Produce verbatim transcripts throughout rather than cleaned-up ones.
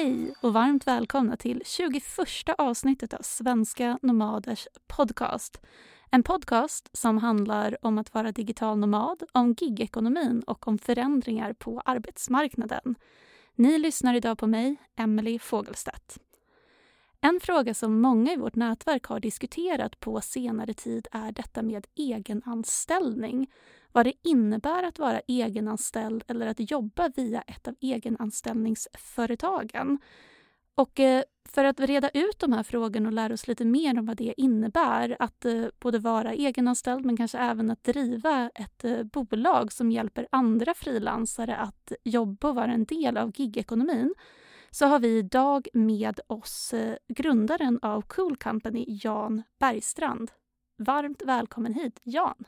Hej och varmt välkomna till tjugoförsta avsnittet av Svenska Nomaders podcast. En podcast som handlar om att vara digital nomad, om gigekonomin och om förändringar på arbetsmarknaden. Ni lyssnar idag på mig, Emelie Fogelstedt. En fråga som många i vårt nätverk har diskuterat på senare tid är detta med egenanställning. Vad det innebär att vara egenanställd eller att jobba via ett av egenanställningsföretagen. Och för att reda ut de här frågorna och lära oss lite mer om vad det innebär att både vara egenanställd men kanske även att driva ett bolag som hjälper andra frilansare att jobba och vara en del av gigekonomin, så har vi idag med oss grundaren av Cool Company, Jan Bergstrand. Varmt välkommen hit, Jan.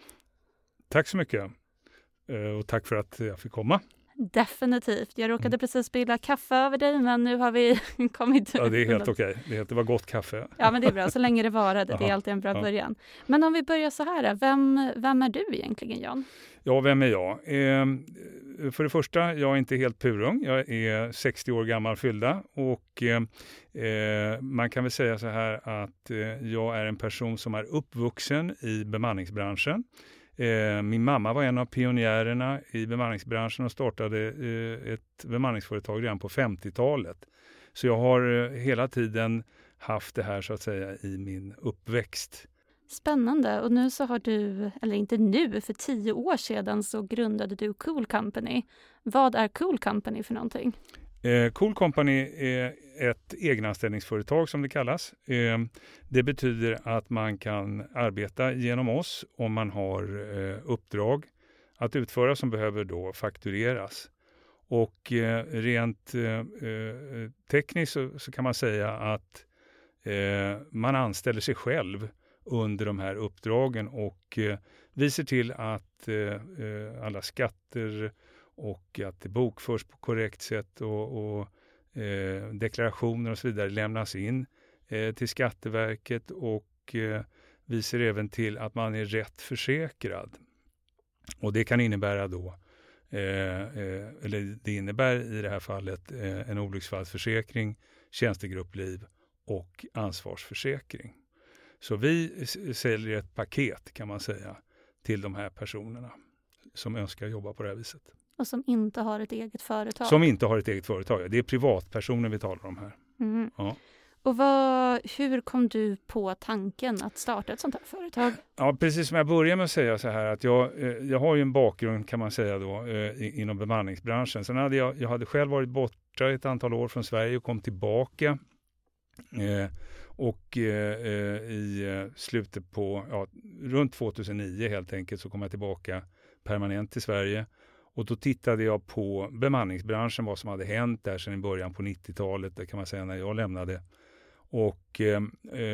Tack så mycket och tack för att jag fick komma. Definitivt. Jag råkade mm. precis spilla kaffe över dig, men nu har vi kommit... Ja, det är helt okej. Okay. Det, det var gott kaffe. Ja, men det är bra. Så länge det varade. Det är alltid en bra ja. början. Men om vi börjar så här. Vem, vem är du egentligen, Jan? Ja, vem är jag? Eh, för det första, jag är inte helt purung. Jag är sextio år gammal fyllda. Och eh, man kan väl säga så här att eh, jag är en person som är uppvuxen i bemanningsbranschen. Min mamma var en av pionjärerna i bemanningsbranschen och startade ett bemanningsföretag redan på femtiotalet. Så jag har hela tiden haft det här så att säga i min uppväxt. Spännande. Och nu så har du, eller inte nu, för tio år sedan så grundade du Cool Company. Vad är Cool Company för någonting? Eh, Cool Company är ett egenanställningsföretag som det kallas. Eh, det betyder att man kan arbeta genom oss om man har eh, uppdrag att utföra som behöver då faktureras. Och eh, rent eh, tekniskt så, så kan man säga att eh, man anställer sig själv under de här uppdragen och eh, vi ser till att eh, alla skatter och att det bokförs på korrekt sätt och, och eh, deklarationer och så vidare lämnas in eh, till Skatteverket och eh, vi ser även till att man är rätt försäkrad. Och det kan innebära då, eh, eh, eller det innebär i det här fallet eh, en olycksfallsförsäkring, tjänstegruppliv och ansvarsförsäkring. Så vi säljer ett paket kan man säga till de här personerna som önskar jobba på det här viset. Och som inte har ett eget företag. Som inte har ett eget företag. Det är privatpersoner vi talar om här. Mm. Ja. Och vad, hur kom du på tanken att starta ett sånt här företag? Ja, precis som jag började med att säga så här. Att jag, jag har ju en bakgrund kan man säga då inom bemanningsbranschen. Sen hade jag, jag hade själv varit borta ett antal år från Sverige och kom tillbaka. Eh, och eh, i slutet på, ja, runt tvåtusen nio helt enkelt så kom jag tillbaka permanent till Sverige. Och då tittade jag på bemanningsbranschen, vad som hade hänt där sedan i början på nittiotalet, det kan man säga när jag lämnade. Och eh,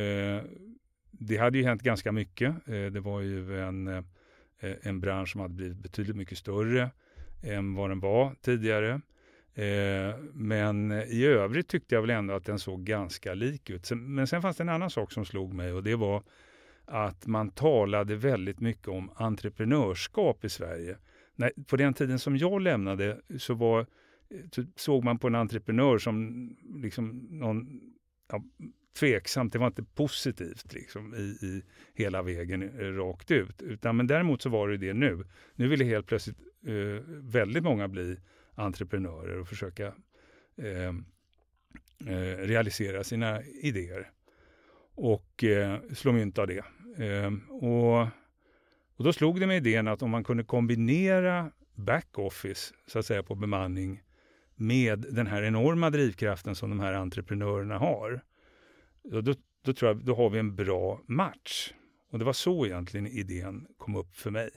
det hade ju hänt ganska mycket. Eh, det var ju en, eh, en bransch som hade blivit betydligt mycket större än vad den var tidigare. Eh, men i övrigt tyckte jag väl ändå att den såg ganska lik ut. Sen, men sen fanns det en annan sak som slog mig och det var att man talade väldigt mycket om entreprenörskap i Sverige. Nej, på den tiden som jag lämnade så, var, så såg man på en entreprenör som liksom någon ja, tveksamt, det var inte positivt liksom, i, i hela vägen rakt ut. Utan, men däremot så var det det nu. Nu ville helt plötsligt eh, väldigt många bli entreprenörer och försöka eh, eh, realisera sina idéer och eh, slå mynt av det. Eh, och Och då slog det mig idén att om man kunde kombinera backoffice så att säga på bemanning med den här enorma drivkraften som de här entreprenörerna har. Då, då, då tror jag då har vi en bra match. Och det var så egentligen idén kom upp för mig.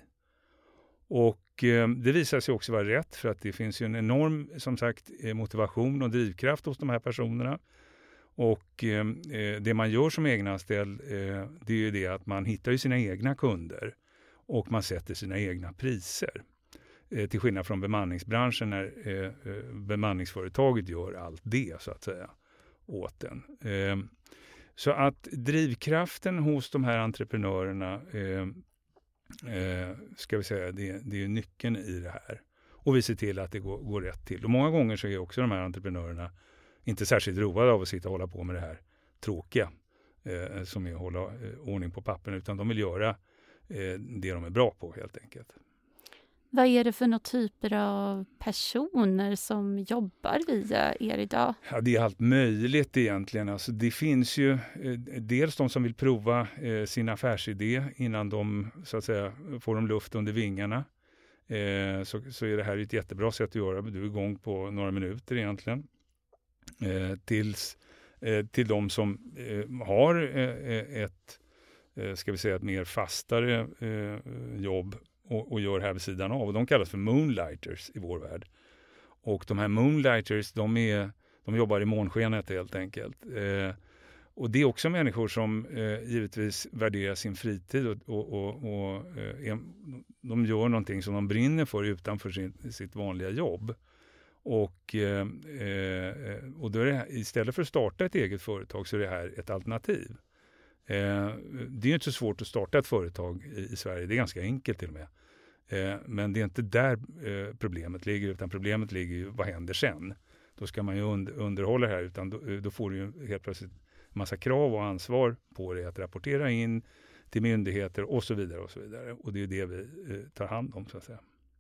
Och eh, det visar sig också vara rätt för att det finns ju en enorm som sagt motivation och drivkraft hos de här personerna. Och eh, det man gör som egenanställd eh, det är ju det att man hittar ju sina egna kunder. Och man sätter sina egna priser. Eh, till skillnad från bemanningsbranschen när eh, bemanningsföretaget gör allt det så att säga åt en. Eh, så att drivkraften hos de här entreprenörerna eh, eh, ska vi säga det, det är nyckeln i det här. Och vi ser till att det går, går rätt till. Och många gånger så är också de här entreprenörerna inte särskilt roade av att sitta och hålla på med det här tråkiga eh, som är att hålla eh, ordning på pappen, utan de vill göra eh, det de är bra på helt enkelt. Vad är det för några typer av personer som jobbar via er idag? Ja, det är allt möjligt egentligen. Alltså, det finns ju eh, dels de som vill prova eh, sin affärsidé innan de så att säga, får de luft under vingarna. Eh, så, så är det här ett jättebra sätt att göra. Du är igång på några minuter egentligen. Eh, tills, eh, till de som eh, har eh, ett, eh, ska vi säga, ett mer fastare eh, jobb och, och gör här vid sidan av. Och de kallas för moonlighters i vår värld. Och de här moonlighters, de, är, de jobbar i månskenet helt enkelt. Eh, och det är också människor som eh, givetvis värderar sin fritid och, och, och, och eh, de gör någonting som de brinner för utanför sin, sitt vanliga jobb. Och, eh, och då är det här, istället för att starta ett eget företag så är det här ett alternativ. Eh, det är ju inte så svårt att starta ett företag i, i Sverige, det är ganska enkelt till och med. Eh, men det är inte där eh, problemet ligger, utan problemet ligger ju vad händer sen. Då ska man ju under, underhålla det här, utan då, då får du ju helt plötsligt massa krav och ansvar på dig att rapportera in till myndigheter och så vidare och så vidare. Och det är det vi eh, tar hand om så att säga.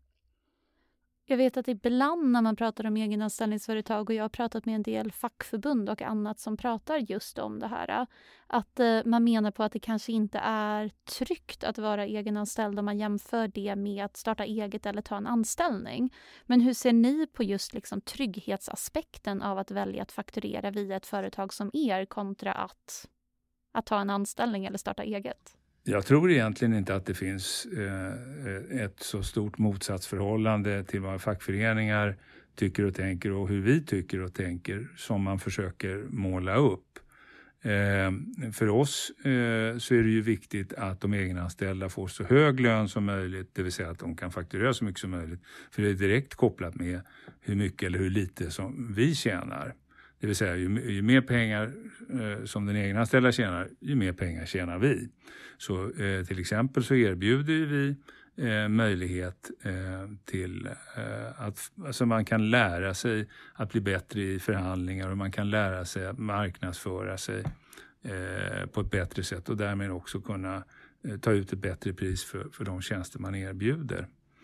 Jag vet att ibland när man pratar om egenanställningsföretag, och jag har pratat med en del fackförbund och annat som pratar just om det här, att eh, man menar på att det kanske inte är tryggt att vara egenanställd om man jämför det med att starta eget eller ta en anställning. Men hur ser ni på just liksom trygghetsaspekten av att välja att fakturera via ett företag som er kontra att, att ta en anställning eller starta eget? Jag tror egentligen inte att det finns eh, ett så stort motsatsförhållande till vad fackföreningar tycker och tänker och hur vi tycker och tänker som man försöker måla upp. Eh, för oss eh, så är det ju viktigt att de egenanställda får så hög lön som möjligt, det vill säga att de kan fakturera så mycket som möjligt. För det är direkt kopplat med hur mycket eller hur lite som vi tjänar. Det vill säga ju, ju mer pengar eh, som den egenanställda tjänar, ju mer pengar tjänar vi. Så eh, till exempel så erbjuder vi eh, möjlighet eh, till eh, att alltså man kan lära sig att bli bättre i förhandlingar och man kan lära sig att marknadsföra sig eh, på ett bättre sätt och därmed också kunna eh, ta ut ett bättre pris för, för de tjänster man erbjuder.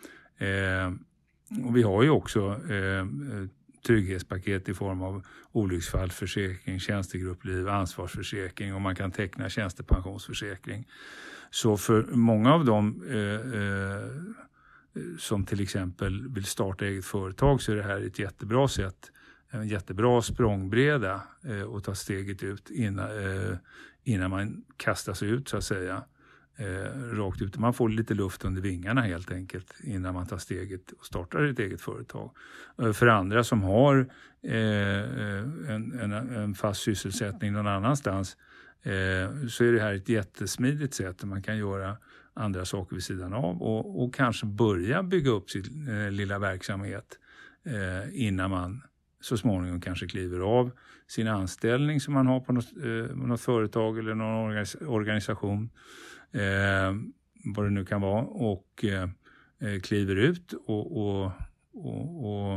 Eh, och vi har ju också eh, trygghetspaket i form av olycksfallsförsäkring, tjänstegruppliv, ansvarsförsäkring och man kan teckna tjänstepensionsförsäkring. Så för många av dem eh, eh, som till exempel vill starta eget företag så är det här ett jättebra sätt, en jättebra språngbräda eh, och ta steget ut innan, eh, innan man kastar sig ut så att säga. Eh, rakt ut. Man får lite luft under vingarna helt enkelt innan man tar steget och startar ett eget företag. Eh, för andra som har eh, en, en, en fast sysselsättning någon annanstans eh, så är det här ett jättesmidigt sätt där man kan göra andra saker vid sidan av och, och kanske börja bygga upp sin eh, lilla verksamhet eh, innan man så småningom kanske kliver av sin anställning som man har på något, eh, något företag eller någon organis- organisation. Eh, vad det nu kan vara och eh, kliver ut och, och, och, och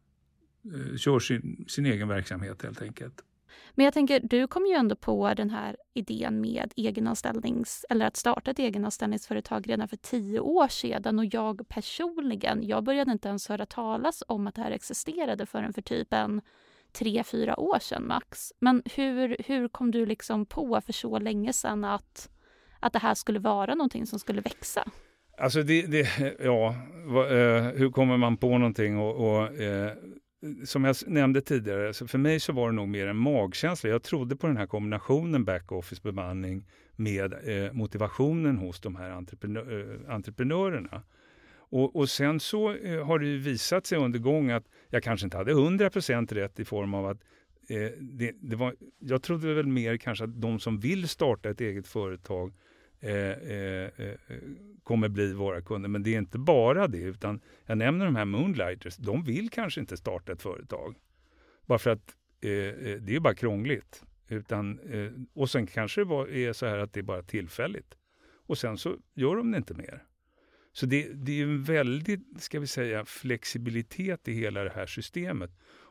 eh, kör sin, sin egen verksamhet helt enkelt. Men jag tänker, du kom ju ändå på den här idén med egenanställnings eller att starta ett egenanställningsföretag redan för tio år sedan och jag personligen, jag började inte ens höra talas om att det här existerade förrän för typ en tre, fyra år sedan max. Men hur, hur kom du liksom på för så länge sedan att att det här skulle vara någonting som skulle växa? Alltså det, det ja, va, eh, hur kommer man på någonting och, och eh, som jag nämnde tidigare, så för mig så var det nog mer en magkänsla. Jag trodde på den här kombinationen back-office-bemanning med eh, motivationen hos de här entreprenö- eh, entreprenörerna. Och, och sen så eh, har det ju visat sig under gång att jag kanske inte hade hundra procent rätt i form av att eh, det, det var, jag trodde väl mer kanske att de som vill starta ett eget företag eh, eh, eh, kommer bli våra kunder. Men det är inte bara det, utan jag nämner de här moonlighters, de vill kanske inte starta ett företag. Bara för att eh, det är bara krångligt. Utan, eh, och sen kanske det var, är så här att det är bara tillfälligt. Och sen så gör de det inte mer. Så det, det är en väldigt, ska vi säga, flexibilitet i hela det här systemet.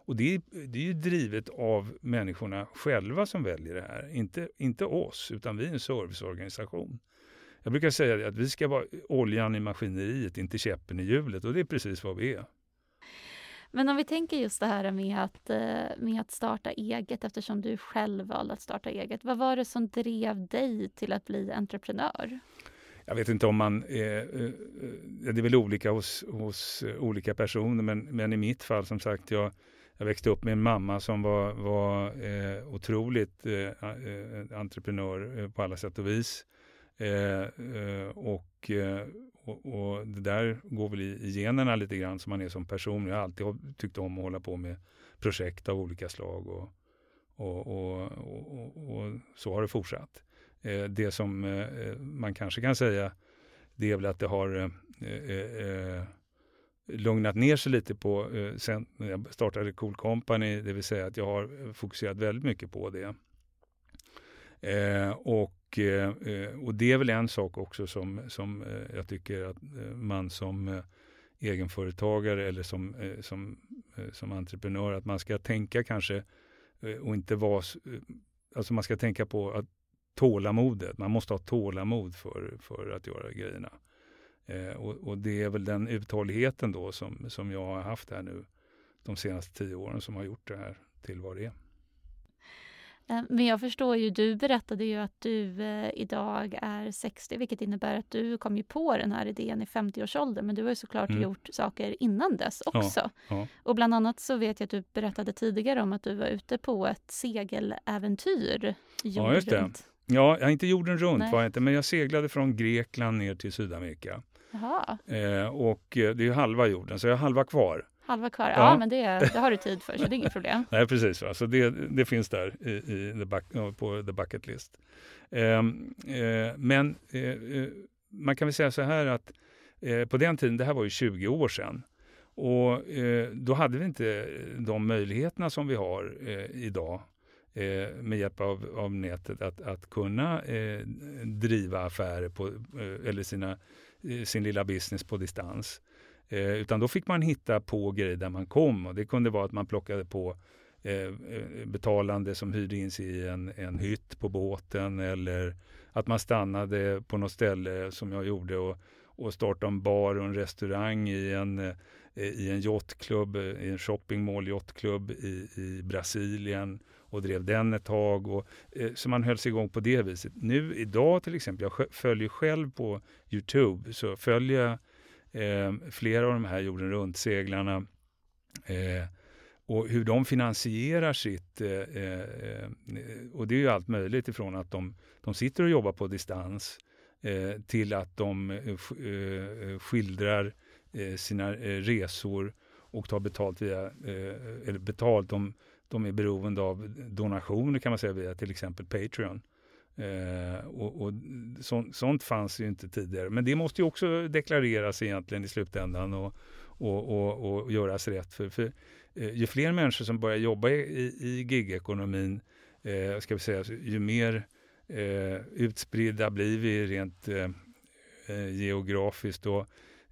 Och det är, det är ju drivet av människorna själva som väljer det här. Inte, inte oss, utan vi är en serviceorganisation. Jag brukar säga att vi ska vara oljan i maskineriet, inte käppen i hjulet. Och det är precis vad vi är. Men om vi tänker just det här med att, med att starta eget, eftersom du själv valde att starta eget. Vad var det som drev dig till att bli entreprenör? Jag vet inte om man... Eh, eh, det är väl olika hos, hos olika personer, men, men i mitt fall som sagt, jag, jag växte upp med en mamma som var, var eh, otroligt eh, entreprenör eh, på alla sätt och vis. Eh, eh, och, eh, och, och det där går väl i, i generna lite grann som man är som person. Jag har alltid tyckt om att hålla på med projekt av olika slag och, och, och, och, och, och så har det fortsatt. Eh, det som eh, man kanske kan säga, det är väl att det har eh, eh, lugnat ner sig lite på eh, sen när jag startade Cool Company, det vill säga att jag har fokuserat väldigt mycket på det. Eh, och Och det är väl en sak också som, som jag tycker att man som egenföretagare eller som, som, som entreprenör, att man ska tänka kanske och inte vara, alltså man ska tänka på att tålamodet, man måste ha tålamod för, för att göra grejerna. Och, och det är väl den uthålligheten då som, som jag har haft här nu de senaste tio åren som har gjort det här till vad det är. Men jag förstår ju, du berättade ju att du eh, idag är sextio, vilket innebär att du kom ju på den här idén i femtio-årsåldern, men du har ju såklart mm. gjort saker innan dess också. Ja, ja. Och bland annat så vet jag att du berättade tidigare om att du var ute på ett segeläventyr. Ja, just det. Runt. Ja, jag inte jorden runt var jag inte, men jag seglade från Grekland ner till Sydamerika. Jaha. Eh, och det är ju halva jorden, så jag har halva kvar. Halva kvar, ja, ja men det, det har du tid för, så det är inget problem. Nej, precis. Va? Så det, det finns där i, i the buck, på the bucket list. Eh, eh, men eh, man kan väl säga så här att eh, på den tiden, det här var ju tjugo år sedan, och eh, då hade vi inte de möjligheterna som vi har eh, idag eh, med hjälp av, av nätet att, att kunna eh, driva affärer på, eh, eller sina, eh, sin lilla business på distans. Eh, utan då fick man hitta på grejer där man kom, och det kunde vara att man plockade på eh, betalande som hyrde in sig i en, en hytt på båten, eller att man stannade på något ställe som jag gjorde och, och startade en bar och en restaurang i en, eh, i en yachtklubb, i en shoppingmall yachtklubb i, i Brasilien och drev den ett tag, och, eh, så man höll sig igång på det viset. Nu idag till exempel, jag följer själv på YouTube, så följer jag Eh, flera av de här jorden runt-seglarna eh, och hur de finansierar sitt eh, eh, och det är ju allt möjligt ifrån att de, de sitter och jobbar på distans eh, till att de eh, skildrar eh, sina eh, resor och tar betalt via eh, eller betalt, de, de är beroende av donationer kan man säga via till exempel Patreon. Eh, och, och så, sånt fanns ju inte tidigare, men det måste ju också deklareras egentligen i slutändan och, och, och, och göras rätt för, för eh, ju fler människor som börjar jobba i, i gigekonomin eh, ska vi säga, ju mer eh, utspridda blir vi rent eh, geografiskt, och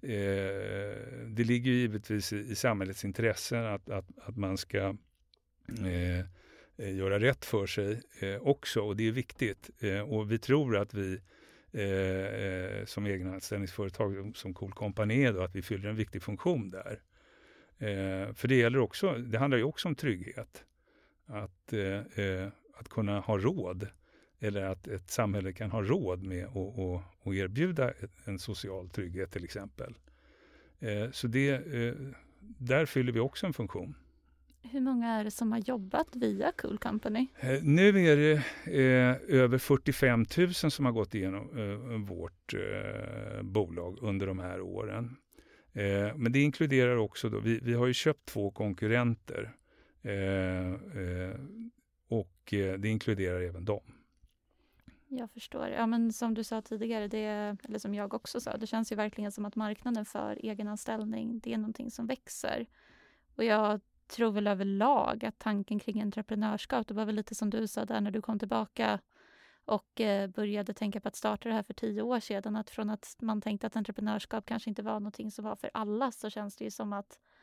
eh, det ligger ju givetvis i, i samhällets intressen att, att, att man ska eh, göra rätt för sig eh, också, och det är viktigt. Eh, och vi tror att vi eh, som egna anställningsföretag, som Cool Company, då, att vi fyller en viktig funktion där. Eh, för det gäller också, det handlar ju också om trygghet. Att, eh, att kunna ha råd, eller att ett samhälle kan ha råd med att, att, att erbjuda en social trygghet till exempel. Eh, så det, eh, där fyller vi också en funktion. Hur många är det som har jobbat via Cool Company? Eh, nu är det eh, över fyrtiofem tusen som har gått igenom eh, vårt eh, bolag under de här åren. Eh, men det inkluderar också, då, vi, vi har ju köpt två konkurrenter eh, eh, och eh, det inkluderar även dem. Jag förstår. Ja, men som du sa tidigare, det, eller som jag också sa, det känns ju verkligen som att marknaden för egenanställning, det är någonting som växer. Och jag tror väl överlag att tanken kring entreprenörskap, det var väl lite som du sa där när du kom tillbaka och eh, började tänka på att starta det här för tio år sedan, att från att man tänkte att entreprenörskap kanske inte var någonting som var för alla, så känns det ju som att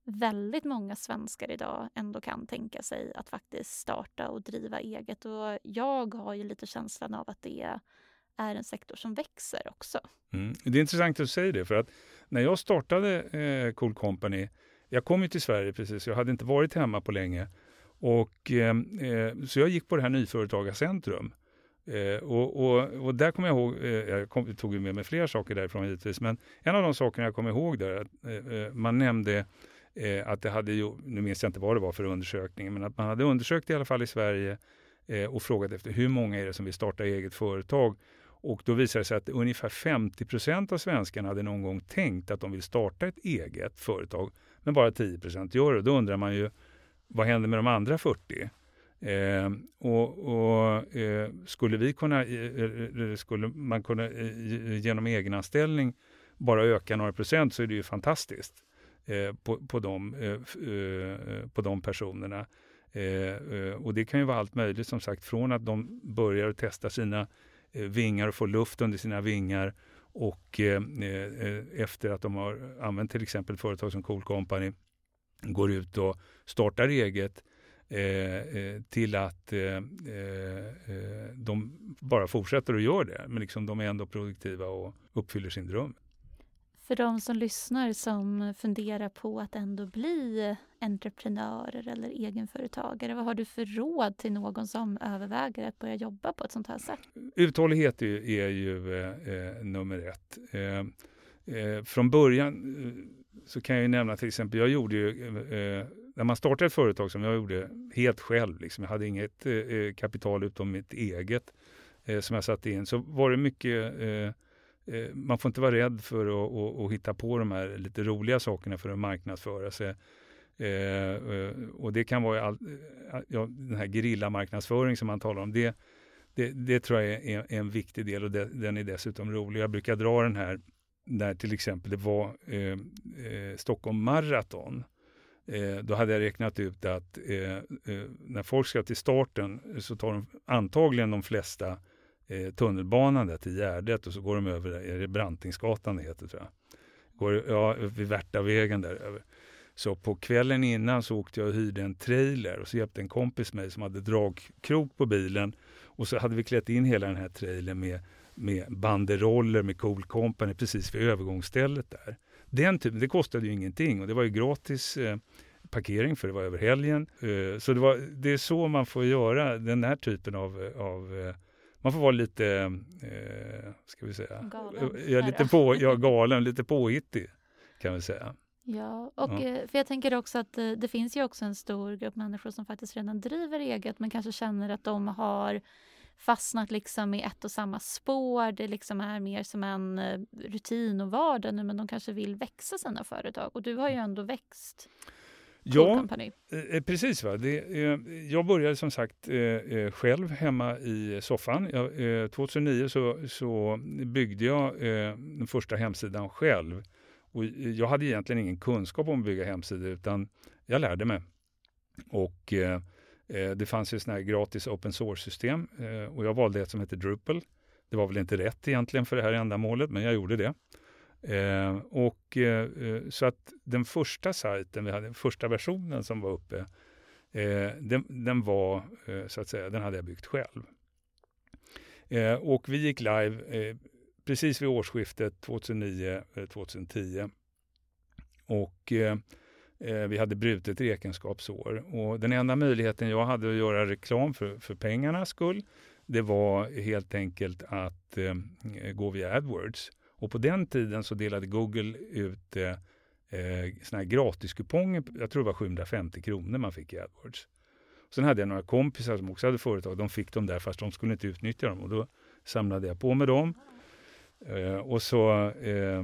väldigt många svenskar idag ändå kan tänka sig att faktiskt starta och driva eget. Och jag har ju lite känslan av att det är en sektor som växer också. Mm. Det är intressant att säga det, för att när jag startade eh, Cool Company, jag kom ju till Sverige precis, jag hade inte varit hemma på länge. Och, eh, så jag gick på det här Nyföretagarcentrum. Eh, och, och, och där kommer jag ihåg, eh, jag kom, tog ju med mig flera saker därifrån givetvis, men en av de sakerna jag kommer ihåg där, att eh, man nämnde eh, att det hade ju, nu minns jag inte vad det var för undersökning, men att man hade undersökt i alla fall i Sverige eh, och frågat efter hur många är det som vill starta eget företag. Och då visade det sig att ungefär femtio procent av svenskarna hade någon gång tänkt att de vill starta ett eget företag, men bara tio procent gör det. Då undrar man ju, vad händer med de andra fyrtio? Eh, och och eh, skulle vi kunna, eh, skulle man kunna eh, genom egenanställning bara öka några procent, så är det ju fantastiskt eh, på, på, de, eh, eh, på de personerna. Eh, eh, och det kan ju vara allt möjligt, som sagt, från att de börjar att testa sina eh, vingar och få luft under sina vingar, och eh, eh, efter att de har använt till exempel företag som Cool Company, går ut och startar eget, eh, till att eh, eh, de bara fortsätter att göra det. Men liksom de är ändå produktiva och uppfyller sin dröm. För de som lyssnar som funderar på att ändå bli entreprenörer eller egenföretagare, vad har du för råd till någon som överväger att börja jobba på ett sånt här sätt? Uthållighet är, är ju eh, nummer ett. Eh, eh, från början eh, så kan jag ju nämna till exempel, jag gjorde ju, eh, när man startade ett företag som jag gjorde helt själv, liksom, jag hade inget eh, kapital utom mitt eget eh, som jag satte in, så var det mycket, eh, eh, man får inte vara rädd för att, att, att hitta på de här lite roliga sakerna för att marknadsföra sig. Eh, och det kan vara all, ja, den här gerillamarknadsföring som man talar om, det, det, det tror jag är, är en viktig del, och det, den är dessutom rolig. Jag brukar dra den här när till exempel det var eh, eh, Stockholm Marathon. Eh, då hade jag räknat ut att eh, eh, när folk ska till starten så tar de antagligen de flesta eh, tunnelbanan där till Gärdet, och så går de över, är det Brantingsgatan det heter, tror jag. Går, ja, vid Värtavägen där över. Så på kvällen innan så åkte jag och hyrde en trailer, och så hjälpte en kompis mig som hade dragkrok på bilen, och så hade vi klätt in hela den här trailern med med banderoller med Cool Company precis vid övergångsstället där. Den typen, det kostade ju ingenting, och det var ju gratis eh, parkering, för det var över helgen. Eh, så det, var, det är så man får göra den här typen av, av eh, man får vara lite, eh, ska vi säga, galen. Ja, lite på, ja, galen, lite påhittig kan vi säga. Ja, och Ja. för jag tänker också att det, det finns ju också en stor grupp människor som faktiskt redan driver eget, men kanske känner att de har fastnat liksom i ett och samma spår. Det liksom är mer som en rutin och vardag nu, men de kanske vill växa sina företag. Och du har ju ändå växt. Ja, eh, precis. Va? Det, eh, jag började som sagt eh, själv hemma i soffan. Jag, eh, tjugohundranio så, så byggde jag eh, den första hemsidan själv. Och jag hade egentligen ingen kunskap om att bygga hemsidor, utan jag lärde mig. Och eh, det fanns ju sådana här gratis open source-system, eh, och jag valde ett som heter Drupal. Det var väl inte rätt egentligen för det här ändamålet, men jag gjorde det. Eh, och eh, så att den första sajten vi hade, första versionen som var uppe, eh, den, den var eh, så att säga, den hade jag byggt själv. Eh, och vi gick live eh, precis vid årsskiftet tjugohundranio tjugohundratio. Och eh, eh, vi hade brutit räkenskapsår. Och den enda möjligheten jag hade att göra reklam för, för pengarnas skull, det var helt enkelt att eh, gå via AdWords. Och på den tiden så delade Google ut eh, såna här gratiskuponger. Jag tror det var sjuhundrafemtio kronor man fick i AdWords. Sen hade jag några kompisar som också hade företag. De fick dem där fast de skulle inte utnyttja dem. Och då samlade jag på med dem. Eh, och så, eh,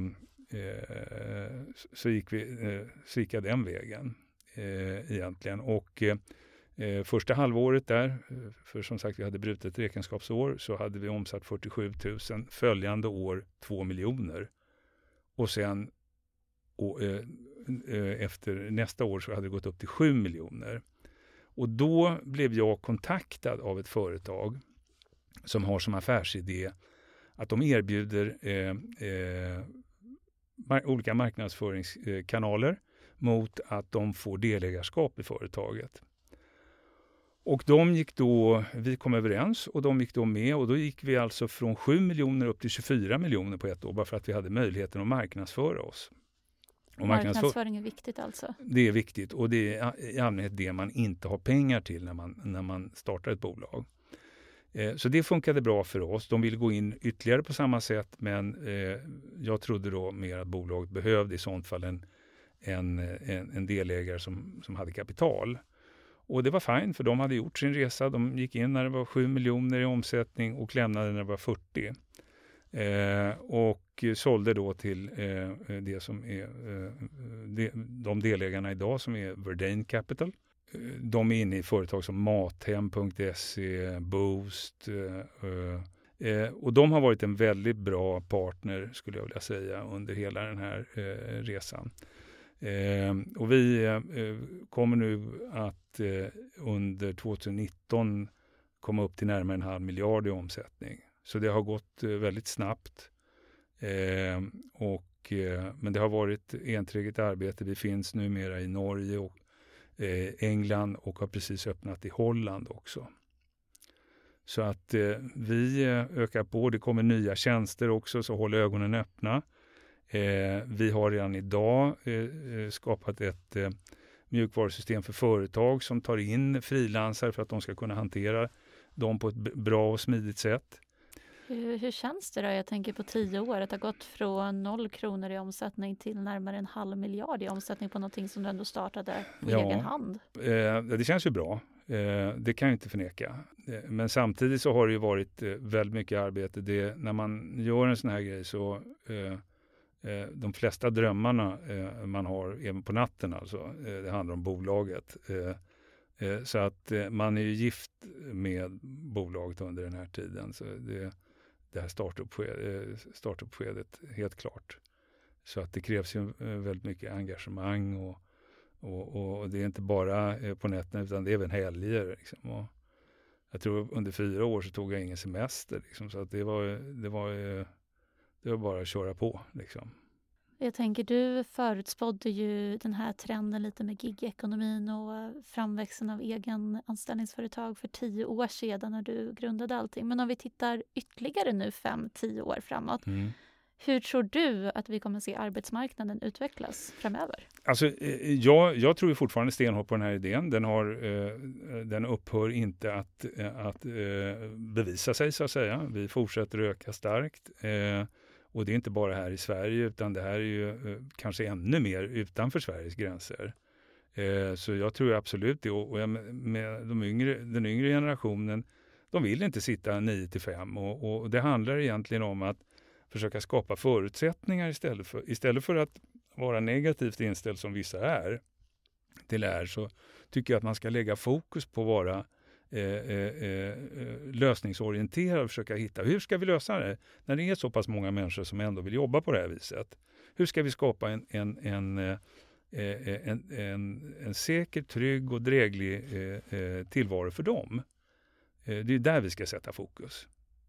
eh, så, gick vi, eh, så gick jag den vägen eh, egentligen. Och eh, första halvåret där, för som sagt vi hade brutit räkenskapsår, så hade vi omsatt fyrtiosju tusen. Följande år två miljoner. Och sen och, eh, efter nästa år så hade det gått upp till sju miljoner. Och då blev jag kontaktad av ett företag som har som affärsidé att de erbjuder eh, eh, mar- olika marknadsföringskanaler mot att de får delägarskap i företaget. Och de gick då, vi kom överens och de gick då med och då gick vi alltså från sju miljoner upp till tjugofyra miljoner på ett år bara för att vi hade möjligheten att marknadsföra oss. Och marknadsföring är viktigt alltså? Det är viktigt och det är i allmänhet det man inte har pengar till när man, när man startar ett bolag. Eh, så det funkade bra för oss. De ville gå in ytterligare på samma sätt men eh, jag trodde då mer att bolaget behövde i sånt fall en, en, en, en delägare som, som hade kapital. Och det var fint för de hade gjort sin resa. De gick in när det var sju miljoner i omsättning och lämnade när det var fyrtio. Eh, och sålde då till eh, det som är eh, de, de delägarna idag som är Verdane Capital. Eh, de är inne i företag som Mathem punkt se, Boost. Eh, eh, och de har varit en väldigt bra partner skulle jag vilja säga under hela den här eh, resan. Eh, och vi eh, kommer nu att eh, under tjugonitton komma upp till närmare en halv miljard i omsättning. Så det har gått eh, väldigt snabbt. Eh, och, eh, men det har varit enträget arbete. Vi finns numera i Norge och eh, England och har precis öppnat i Holland också. Så att eh, vi ökar på. Det kommer nya tjänster också så håll ögonen öppna. Eh, vi har redan idag eh, skapat ett eh, mjukvarusystem för företag som tar in frilansare för att de ska kunna hantera dem på ett b- bra och smidigt sätt. Hur, hur känns det då? Jag tänker på tio år att det har gått från noll kronor i omsättning till närmare en halv miljard i omsättning på någonting som du ändå startade på ja, egen hand. Eh, det känns ju bra. Eh, det kan jag inte förneka. Eh, men samtidigt så har det ju varit eh, väldigt mycket arbete. Det, när man gör en sån här grej så eh, eh, de flesta drömmarna eh, man har även på natten alltså, eh, det handlar om bolaget. Eh, eh, så att eh, man är ju gift med bolaget under den här tiden. Så det, det här startup-skedet, startup-skedet helt klart. Så att det krävs ju eh, väldigt mycket engagemang och Och, och det är inte bara eh, på nätterna utan det är även helger. Liksom. Och jag tror under fyra år så tog jag ingen semester. Liksom, så att det, var, det, var, det var bara att köra på. Liksom. Jag tänker, du förutspådde ju den här trenden lite med gigekonomin och framväxten av egen anställningsföretag för tio år sedan när du grundade allting. Men om vi tittar ytterligare nu fem, tio år framåt. Mm. Hur tror du att vi kommer se arbetsmarknaden utvecklas framöver? Alltså, jag, jag tror fortfarande stenhårt på den här idén. Den, har, eh, den upphör inte att, att eh, bevisa sig så att säga. Vi fortsätter öka starkt. Eh, och det är inte bara här i Sverige utan det här är ju eh, kanske ännu mer utanför Sveriges gränser. Eh, så jag tror absolut det. Och, och jag, med de yngre, den yngre generationen, de vill inte sitta nio till fem. Och, och det handlar egentligen om att försöka skapa förutsättningar istället för, istället för att vara negativt inställd som vissa är till det här, så tycker jag att man ska lägga fokus på att vara eh, eh, lösningsorienterad och försöka hitta hur ska vi lösa det när det är så pass många människor som ändå vill jobba på det här viset. Hur ska vi skapa en, en, en, eh, en, en, en säker, trygg och dräglig eh, tillvaro för dem? Eh, det är där vi ska sätta fokus.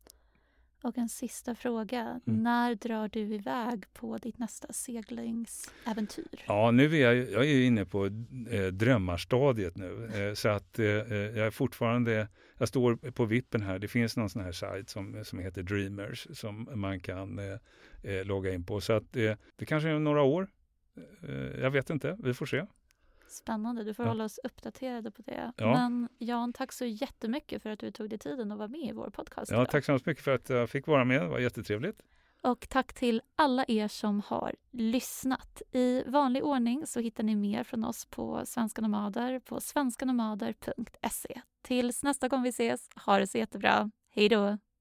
Och en sista fråga. Mm. När drar du iväg på ditt nästa seglingsäventyr? Ja, nu är jag, jag är inne på eh, drömmarstadiet nu. Eh, så att eh, jag är fortfarande, jag står på vippen här. Det finns någon sån här sajt som, som heter Dreamers som man kan eh, logga in på. Så att eh, det kanske är några år. Eh, jag vet inte, vi får se. Spännande, du får ja. hålla oss uppdaterade på det. Ja. Men Jan, tack så jättemycket för att du tog dig tiden att vara med i vår podcast. Ja, tack så mycket för att jag fick vara med, det var jättetrevligt. Och tack till alla er som har lyssnat. I vanlig ordning så hittar ni mer från oss på Svenska Nomader på svenska nomader punkt se. Tills nästa gång vi ses, ha det så jättebra. Hej då!